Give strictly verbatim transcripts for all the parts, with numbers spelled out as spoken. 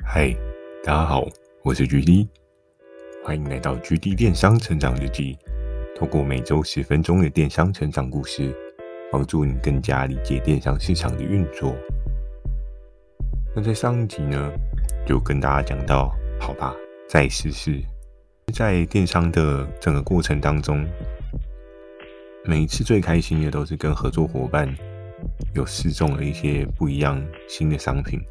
嗨，大家好，我是 G D， 欢迎来到 G D 电商成长日记。透过每周十分钟的电商成长故事，帮助你更加理解电商市场的运作。那在上一集呢，就跟大家讲到，好吧，再试试。在电商的整个过程当中，每一次最开心的都是跟合作伙伴有试中了一些不一样新的商品。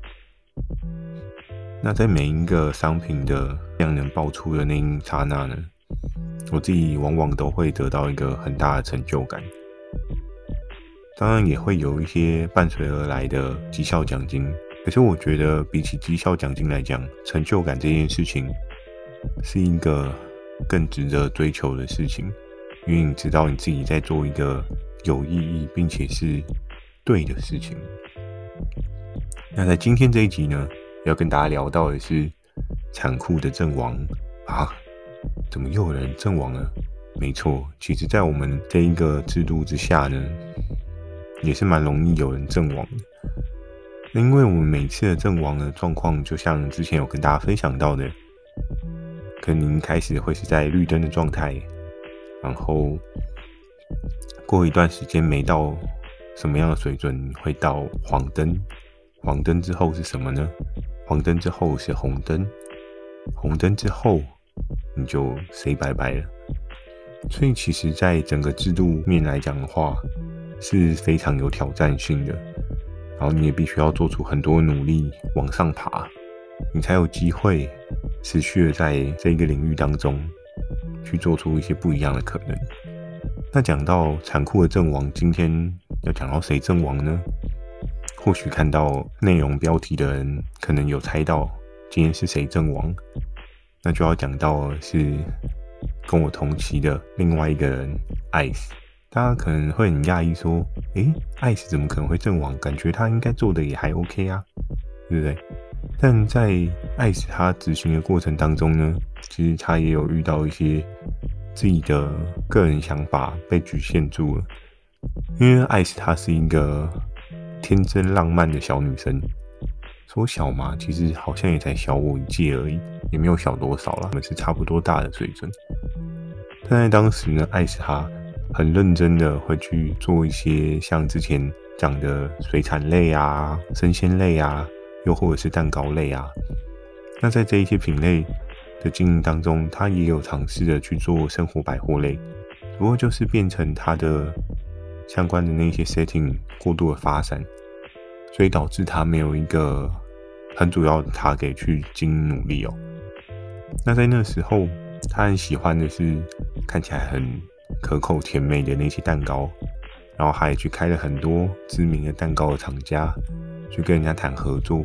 那在每一个商品的量能爆出的那一刹那呢，我自己往往都会得到一个很大的成就感。当然也会有一些伴随而来的绩效奖金，可是我觉得比起绩效奖金来讲，成就感这件事情是一个更值得追求的事情，因为你知道你自己在做一个有意义并且是对的事情。那在今天这一集呢，要跟大家聊到的是残酷的阵亡啊！怎么又有人阵亡了？没错，其实在我们这一个制度之下呢，也是蛮容易有人阵亡的。那因为我们每次的阵亡的状况，就像之前有跟大家分享到的，可能您开始会是在绿灯的状态，然后过一段时间没到什么样的水准，会到黄灯。黄灯之后是什么呢？黄灯之后是红灯，红灯之后你就 say 拜拜了。所以其实在整个制度面来讲的话，是非常有挑战性的，然后你也必须要做出很多努力往上爬，你才有机会持续的在这个领域当中去做出一些不一样的可能。那讲到残酷的阵亡，今天要讲到谁阵亡呢？或许看到内容标题的人可能有猜到今天是谁阵亡，那就要讲到的是跟我同期的另外一个人 Ice。 大家可能会很讶异说，诶 Ice 怎么可能会阵亡？感觉他应该做的也还 OK 啊，对不对？但在 Ice 他执行的过程当中呢，其实他也有遇到一些自己的个人想法被局限住了。因为 Ice 他是一个天真浪漫的小女生，说小嘛，其实好像也才小我一届而已，也没有小多少啦，我们是差不多大的水准。但在当时呢，艾斯她很认真的会去做一些像之前讲的水产类啊、生鲜类啊，又或者是蛋糕类啊。那在这一些品类的经营当中，她也有尝试的去做生活百货类，不过就是变成她的相关的那些 setting 过度的发散，所以导致他没有一个很主要的 target 去经营努力哦。那在那时候，他很喜欢的是看起来很可口甜美的那些蛋糕，然后还去开了很多知名的蛋糕的厂家，去跟人家谈合作。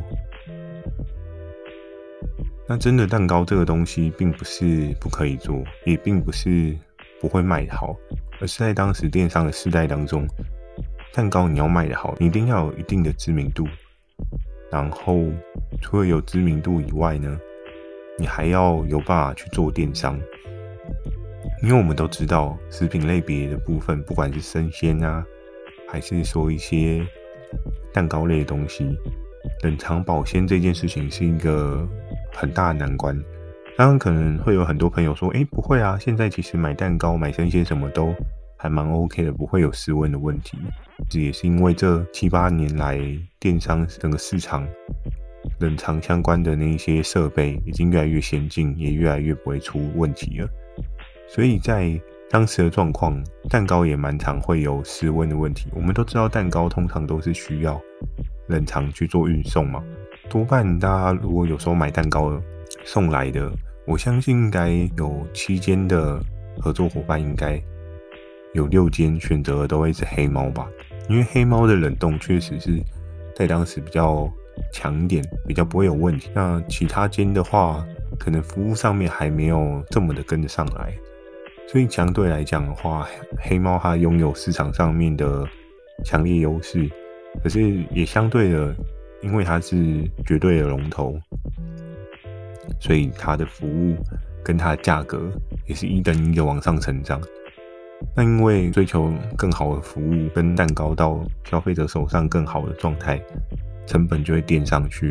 那真的蛋糕这个东西，并不是不可以做，也并不是不会卖得好，而是在当时电商的世代当中，蛋糕你要卖得好，你一定要有一定的知名度。然后除了有知名度以外呢，你还要有办法去做电商。因为我们都知道食品类别的部分，不管是生鲜啊，还是说一些蛋糕类的东西，冷藏保鲜这件事情是一个很大的难关。当然可能会有很多朋友说，诶，不会啊，现在其实买蛋糕买生鲜什么都还蛮 OK 的，不会有失温的问题。这也是因为这七八年来电商整个市场冷藏相关的那一些设备已经越来越先进，也越来越不会出问题了。所以在当时的状况，蛋糕也蛮常会有失温的问题。我们都知道蛋糕通常都是需要冷藏去做运送嘛，多半大家如果有时候买蛋糕送来的，我相信应该有七间的合作伙伴，应该有六间选择的都会是黑猫吧。因为黑猫的冷冻确实是在当时比较强一点，比较不会有问题。那其他间的话，可能服务上面还没有这么的跟得上来，所以相对来讲的话，黑猫它拥有市场上面的强烈优势，可是也相对的，因为它是绝对的龙头，所以它的服务跟它的价格也是一等一的往上成长。那因为追求更好的服务跟蛋糕到消费者手上更好的状态，成本就会垫上去哦。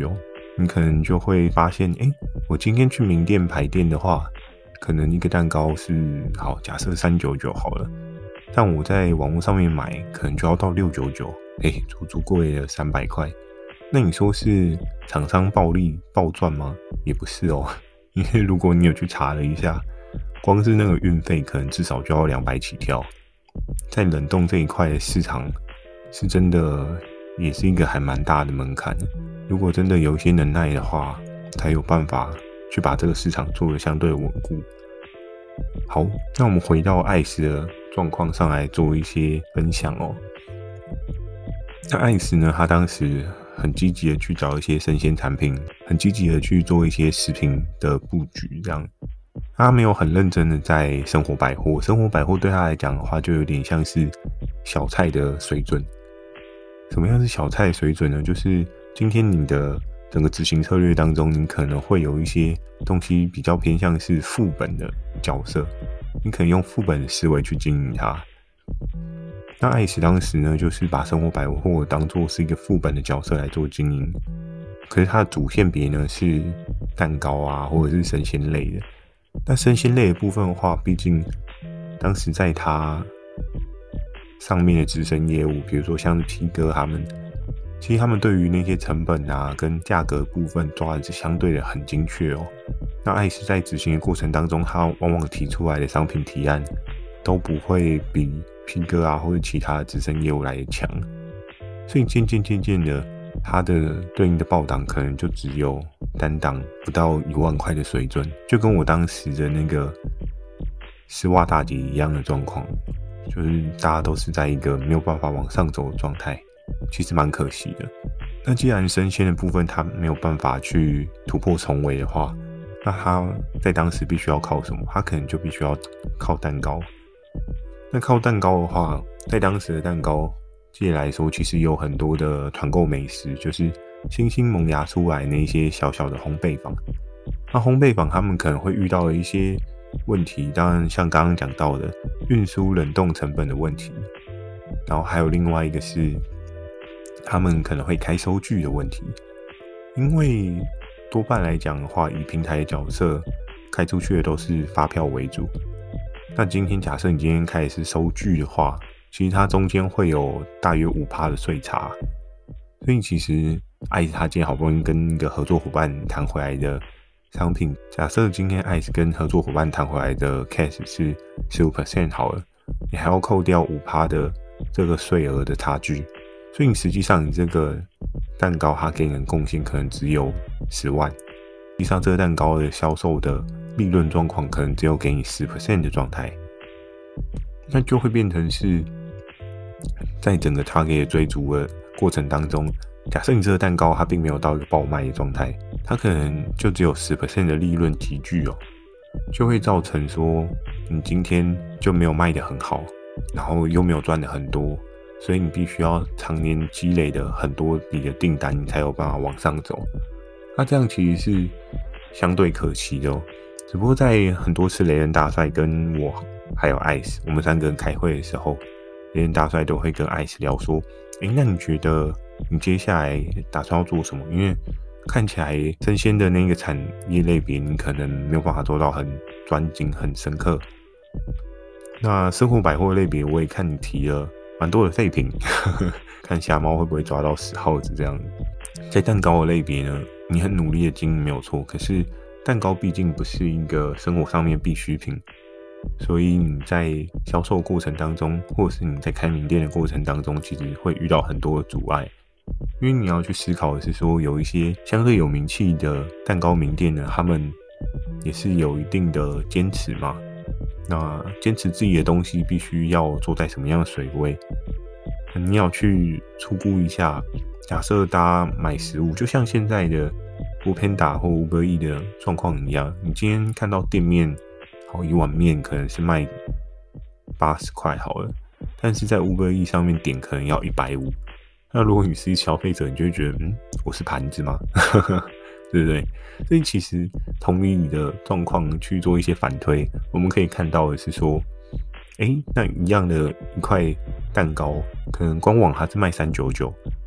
你可能就会发现，哎、欸，我今天去名店排店的话，可能一个蛋糕是好，假设三九九好了，但我在网络上面买，可能就要到六九九，哎，足足贵了三百块。那你说是厂商暴利暴赚吗？也不是哦，因为如果你有去查了一下，光是那个运费可能至少就要两百起跳，在冷冻这一块的市场是真的也是一个还蛮大的门槛。如果真的有一些能耐的话，才有办法去把这个市场做得相对稳固。好，那我们回到艾斯的状况上来做一些分享哦。那艾斯呢，他当时很积极的去找一些生鲜产品，很积极的去做一些食品的布局，这样。他没有很认真的在生活百货，生活百货对他来讲的话，就有点像是小菜的水准。什么样是小菜的水准呢？就是今天你的整个执行策略当中，你可能会有一些东西比较偏向是副本的角色，你可能用副本的思维去经营它。那艾斯当时呢，就是把生活百货当作是一个副本的角色来做经营，可是它的主线别呢是蛋糕啊，或者是生鲜类的。那生鲜类的部分的话，毕竟当时在它上面的直升业务，比如说像是皮哥他们，其实他们对于那些成本啊跟价格部分抓的是相对的很精确哦。那艾斯在执行的过程当中，他往往提出来的商品提案都不会比皮哥啊或者其他的直升业务来的强，所以渐渐渐渐的，他的对应的报档可能就只有单档不到一万块的水准，就跟我当时的那个丝袜大姐一样的状况，就是大家都是在一个没有办法往上走的状态，其实蛮可惜的。那既然生鲜的部分它没有办法去突破重围的话，那他在当时必须要靠什么？他可能就必须要靠蛋糕。那靠蛋糕的话，在当时的蛋糕界来说，其实有很多的团购美食，就是新兴萌芽出来那些小小的烘焙坊。那烘焙坊他们可能会遇到的一些问题，当然像刚刚讲到的运输冷冻成本的问题，然后还有另外一个是他们可能会开收据的问题，因为多半来讲的话，以平台的角色开出去的都是发票为主。那今天假设你今天开的是收据的话，其实它中间会有大约 百分之五 的税差，所以其实艾斯他今天好不容易跟一个合作伙伴谈回来的商品，假设今天艾斯跟合作伙伴谈回来的 cash 是 百分之十五 好了，你还要扣掉 百分之五 的这个税额的差距，所以你实际上你这个蛋糕它给你的贡献可能只有十万，实际上这个蛋糕的销售的利润状况可能只有给你 百分之十 的状态，那就会变成是在整个 target 的追逐的过程当中，假设你这个蛋糕它并没有到一个爆卖的状态，它可能就只有 百分之十 的利润集聚哦，就会造成说你今天就没有卖得很好，然后又没有赚得很多，所以你必须要常年积累的很多你的订单，你才有办法往上走。那这样其实是相对可惜的哦。只不过在很多次雷人大帅跟我还有艾斯，我们三个人开会的时候，雷人大帅都会跟艾斯聊说，诶，那你觉得你接下来打算要做什么？因为看起来生鲜的那个产业类别，你可能没有办法做到很专精、很深刻。那生活百货类别，我也看你提了蛮多的废品，看瞎猫会不会抓到死耗子这样。在蛋糕的类别呢，你很努力的经营没有错，可是蛋糕毕竟不是一个生活上面必需品，所以你在销售过程当中，或者是你在开名店的过程当中，其实会遇到很多的阻碍。因为你要去思考的是说，有一些相对有名气的蛋糕名店呢，他们也是有一定的坚持嘛。那坚持自己的东西必须要做在什么样的水位，你要去初估一下。假设大家买食物，就像现在的 Foodpanda 或 Uber Eats 的状况一样，你今天看到店面，好一碗面可能是卖八十块好了，但是在 Uber Eats 上面点可能要一百五十。那如果你是消费者，你就会觉得，嗯，我是盘子吗？对不对？所以其实同理你的状况去做一些反推，我们可以看到的是说，诶，那一样的一块蛋糕，可能官网它是卖三九九，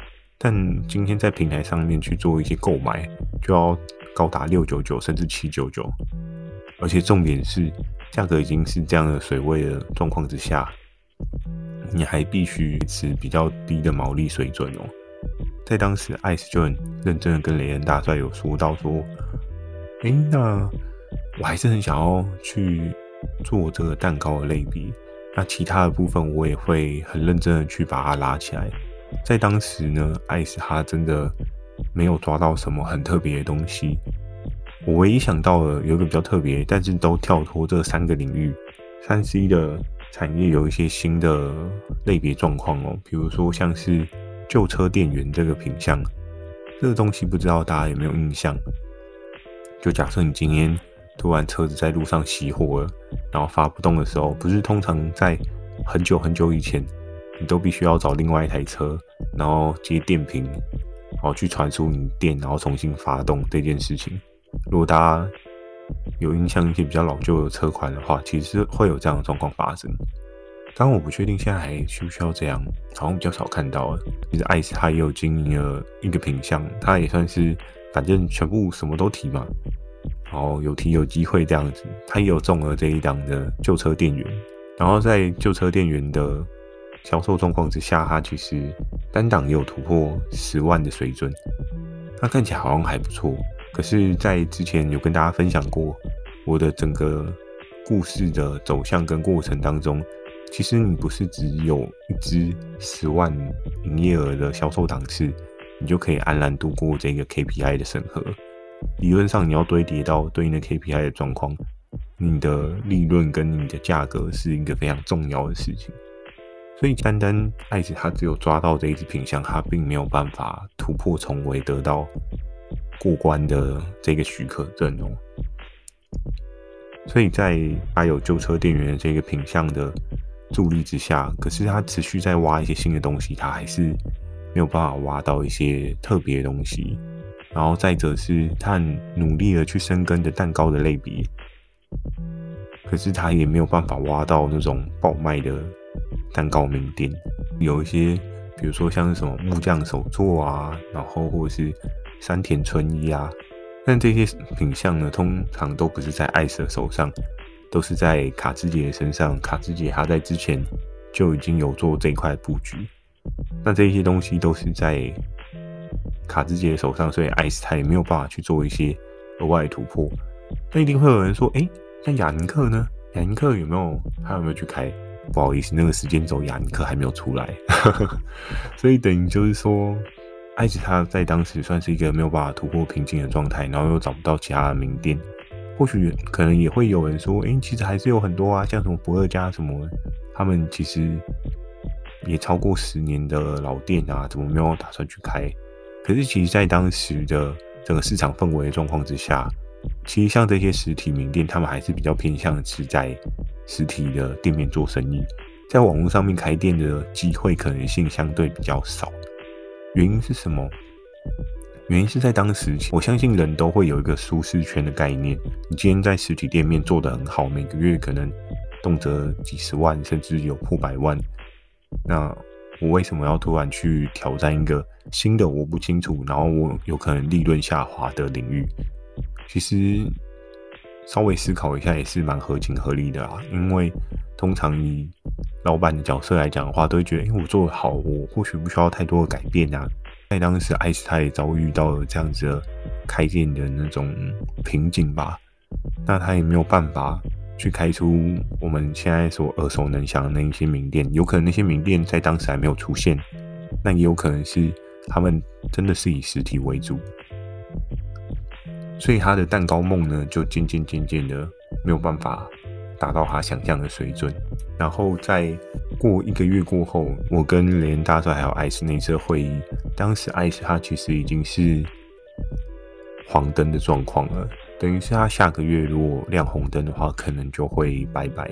但今天在平台上面去做一些购买，就要高达六百九十九甚至七百九十九，而且重点是价格已经是这样的水位的状况之下，你还必须持比较低的毛利水准哦。在当时 Ice 就很认真的跟雷恩大帅有说到说，诶，那我还是很想要去做这个蛋糕的类比，那其他的部分我也会很认真的去把它拉起来。在当时呢 Ice 他真的没有抓到什么很特别的东西，我唯一想到的有一个比较特别，但是都跳脱这三个领域 三 C 的产业有一些新的类别状况哦，比如说像是旧车电源这个品项，这个东西不知道大家有没有印象？就假设你今天突然车子在路上熄火了，然后发不动的时候，不是通常在很久很久以前，你都必须要找另外一台车，然后接电瓶，然后去传输你电，然后重新发动这件事情。如果大家有印象一些比较老旧的车款的话，其实会有这样的状况发生。当然我不确定现在还需不需要这样，好像比较少看到了。其实 Ice 他也有经营了一个品项，他也算是反正全部什么都提嘛，然后有提有机会这样子，他也有中了这一档的旧车电源。然后在旧车电源的销售状况之下，他其实单档也有突破十万的水准，那看起来好像还不错。可是在之前有跟大家分享过我的整个故事的走向跟过程当中，其实你不是只有一支十万营业额的销售档次，你就可以安然度过这个 K P I 的审核。理论上你要堆叠到对应的 K P I 的状况，你的利润跟你的价格是一个非常重要的事情。所以单单爱子他只有抓到这一支品项，他并没有办法突破重围得到过关的这个许可证哦。所以在他有旧车电源的这个品项的助力之下，可是他持续在挖一些新的东西，他还是没有办法挖到一些特别的东西。然后再者是他很努力的去深耕的蛋糕的类别，可是他也没有办法挖到那种爆卖的蛋糕名店。有一些比如说像是什么木匠手作啊，然后或者是山田春一啊，但这些品项呢，通常都不是在艾斯的手上，都是在卡兹杰的身上。卡兹杰他在之前就已经有做这一块布局，那这些东西都是在卡兹杰的手上，所以艾斯他也没有办法去做一些额外的突破。那一定会有人说，诶，那雅尼克呢？雅尼克有没有他有没有去开？不好意思，那个时间轴雅尼克还没有出来，所以等于就是说，艾斯他在当时算是一个没有办法突破瓶颈的状态，然后又找不到其他的名店。或许可能也会有人说，诶，其实还是有很多啊，像什么不二家什么，他们其实也超过十年的老店啊，怎么没有打算去开？可是其实在当时的整个市场氛围的状况之下，其实像这些实体名店，他们还是比较偏向是在实体的店面做生意，在网络上面开店的机会可能性相对比较少。原因是什么？原因是在当时，我相信人都会有一个舒适圈的概念。你今天在实体店面做得很好，每个月可能动辄几十万，甚至有破百万，那我为什么要突然去挑战一个新的我不清楚，然后我有可能利润下滑的领域？其实稍微思考一下也是蛮合情合理的啦。因为通常以老板的角色来讲的话，都会觉得，欸，我做得好，我或许不需要太多的改变啊。在当时艾斯他也遭遇到了这样子的开店的那种瓶颈吧，那他也没有办法去开出我们现在所耳熟能详的那一些名店。有可能那些名店在当时还没有出现，那也有可能是他们真的是以实体为主，所以他的蛋糕梦呢，就渐渐渐渐的没有办法达到他想象的水准。然后在过一个月过后，我跟雷恩大帅还有艾斯那次会议，当时艾斯他其实已经是黄灯的状况了，等于是他下个月如果亮红灯的话，可能就会拜拜。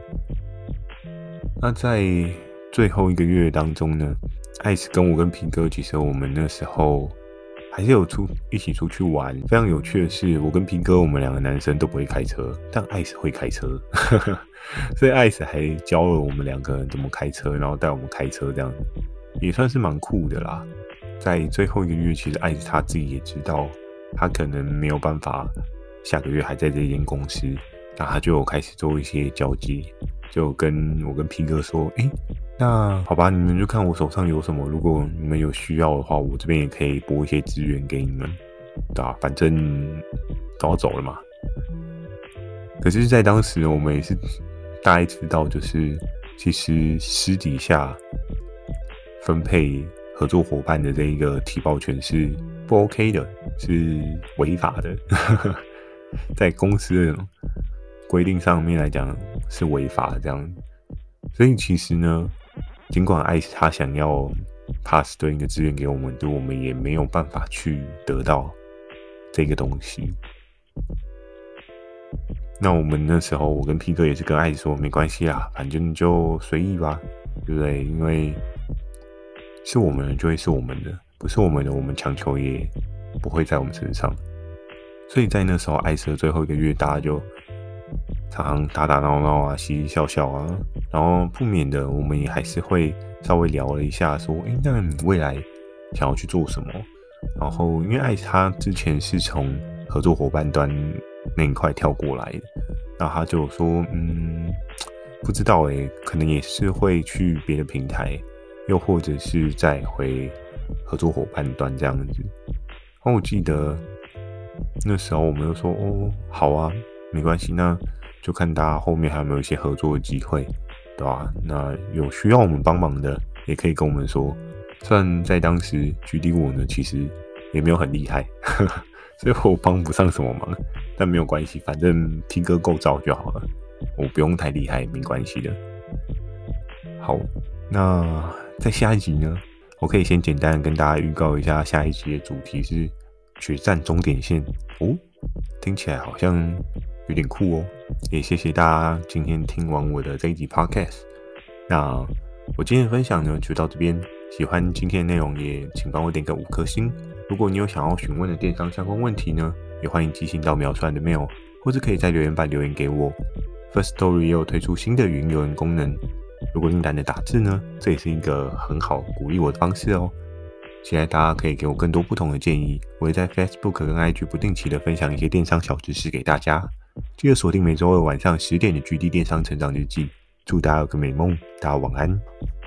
那在最后一个月当中呢，艾斯跟我跟皮哥，其实我们那时候还是有出一起出去玩。非常有趣的是，我跟皮哥我们两个男生都不会开车，但艾斯会开车，所以艾斯还教了我们两个人怎么开车，然后带我们开车，这样也算是蛮酷的啦。 在最后一个月，其实艾斯他自己也知道，他可能没有办法下个月还在这间公司，那他就有开始做一些交接，就跟我跟 P 哥说，诶，那好吧，你们就看我手上有什么，如果你们有需要的话，我这边也可以拨一些资源给你们，对吧？反正都要走了嘛。可是，在当时我们也是大概知道，就是其实私底下分配合作伙伴的这一个提报权是不 OK 的，是违法的。在公司的规定上面来讲是违法的这样。所以其实呢，尽管艾斯他想要 pass 对应的资源给我们，就我们也没有办法去得到这个东西。那我们那时候，我跟 P 哥也是跟艾斯说，没关系啦，反正就随意吧，对不对？因为是我们的就会是我们的，不是我们的，我们强求也不会在我们身上。所以在那时候，艾斯的最后一个月，大家就常常打打闹闹啊，嘻嘻笑笑啊，然后不免的，我们也还是会稍微聊了一下，说，哎，那你未来想要去做什么？然后，因为艾斯他之前是从合作伙伴端那一块跳过来的，然后他就说，嗯，不知道诶，可能也是会去别的平台，又或者是再回合作伙伴端这样子。然后我记得那时候我们就说，哦，好啊，没关系，那就看大家后面还有没有一些合作的机会，对吧？那有需要我们帮忙的，也可以跟我们说。虽然在当时举例我呢，其实也没有很厉害，呵呵，所以我帮不上什么忙，但没有关系，反正 P 哥够照就好了，我不用太厉害，没关系的。好，那在下一集呢，我可以先简单的跟大家预告一下，下一集的主题是决战终点线哦，听起来好像有点酷哦。也谢谢大家今天听完我的这一集 podcast。那我今天的分享呢就到这边，喜欢今天的内容也请帮我点个五颗星。如果你有想要询问的电商相关问题呢，也欢迎寄信到描述栏的 mail， 或是可以在留言板留言给我。Firstory 也有推出新的语音留言功能，如果你懒得打字呢，这也是一个很好鼓励我的方式哦。期待大家可以给我更多不同的建议，我会在 Facebook 跟 I G 不定期的分享一些电商小知识给大家。记得锁定每周二晚上十点的 G D 电商成长日记。祝大家有个美梦，大家晚安。